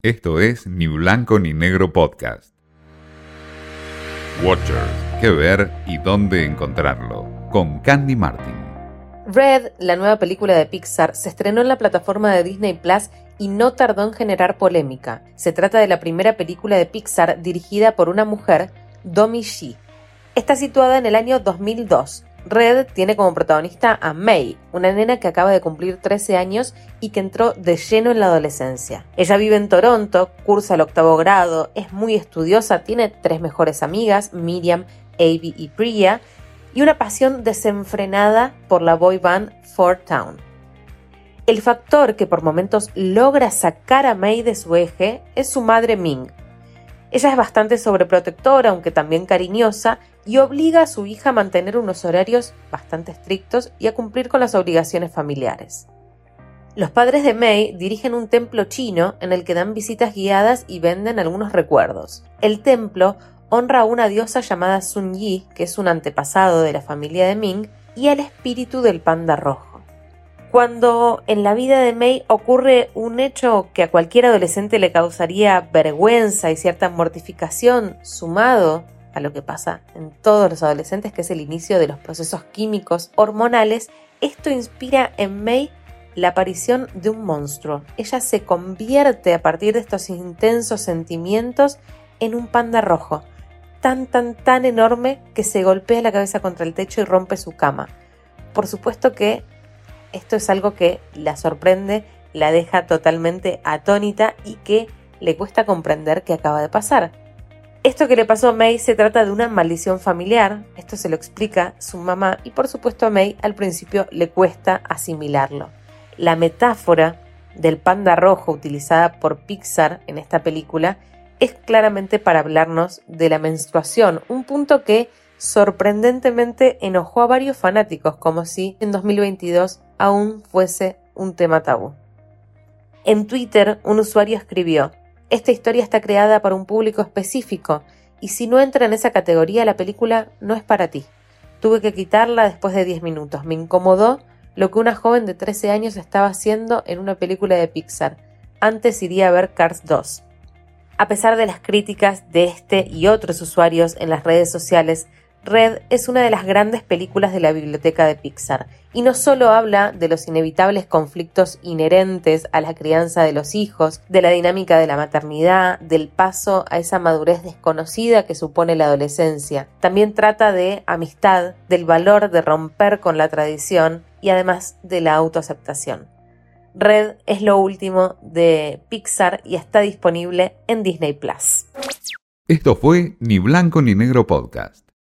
Esto es Ni Blanco ni Negro Podcast. Watchers, qué ver y dónde encontrarlo, con Candy Martin. Red, la nueva película de Pixar, se estrenó en la plataforma de Disney Plus y no tardó en generar polémica. Se trata de la primera película de Pixar dirigida por una mujer, Domee Shi. Está situada en el año 2002. Red tiene como protagonista a May, una nena que acaba de cumplir 13 años y que entró de lleno en la adolescencia. Ella vive en Toronto, cursa el 8º grado, es muy estudiosa, tiene 3 mejores amigas, Miriam, Abby y Priya, y una pasión desenfrenada por la boy band Four Town. El factor que por momentos logra sacar a May de su eje es su madre Ming. Ella es bastante sobreprotectora, aunque también cariñosa, y obliga a su hija a mantener unos horarios bastante estrictos y a cumplir con las obligaciones familiares. Los padres de May dirigen un templo chino en el que dan visitas guiadas y venden algunos recuerdos. El templo honra a una diosa llamada Sun Yi, que es un antepasado de la familia de Ming, y al espíritu del panda rojo. Cuando en la vida de May ocurre un hecho que a cualquier adolescente le causaría vergüenza y cierta mortificación, sumado a lo que pasa en todos los adolescentes, que es el inicio de los procesos químicos hormonales, esto inspira en May la aparición de un monstruo. Ella se convierte a partir de estos intensos sentimientos en un panda rojo, tan enorme que se golpea la cabeza contra el techo y rompe su cama. Por supuesto que esto es algo que la sorprende, la deja totalmente atónita y que le cuesta comprender qué acaba de pasar. Esto que le pasó a May se trata de una maldición familiar, esto se lo explica su mamá y por supuesto a May al principio le cuesta asimilarlo. La metáfora del panda rojo utilizada por Pixar en esta película es claramente para hablarnos de la menstruación, un punto que sorprendentemente enojó a varios fanáticos, como si en 2022 aún fuese un tema tabú. En Twitter, un usuario escribió: "Esta historia está creada para un público específico y si no entra en esa categoría, la película no es para ti. Tuve que quitarla después de 10 minutos. Me incomodó lo que una joven de 13 años estaba haciendo en una película de Pixar. Antes iría a ver Cars 2. A pesar de las críticas de este y otros usuarios en las redes sociales, Red es una de las grandes películas de la biblioteca de Pixar, y no solo habla de los inevitables conflictos inherentes a la crianza de los hijos, de la dinámica de la maternidad, del paso a esa madurez desconocida que supone la adolescencia. También trata de amistad, del valor de romper con la tradición y además de la autoaceptación. Red es lo último de Pixar y está disponible en Disney Plus. Esto fue Ni Blanco ni Negro Podcast.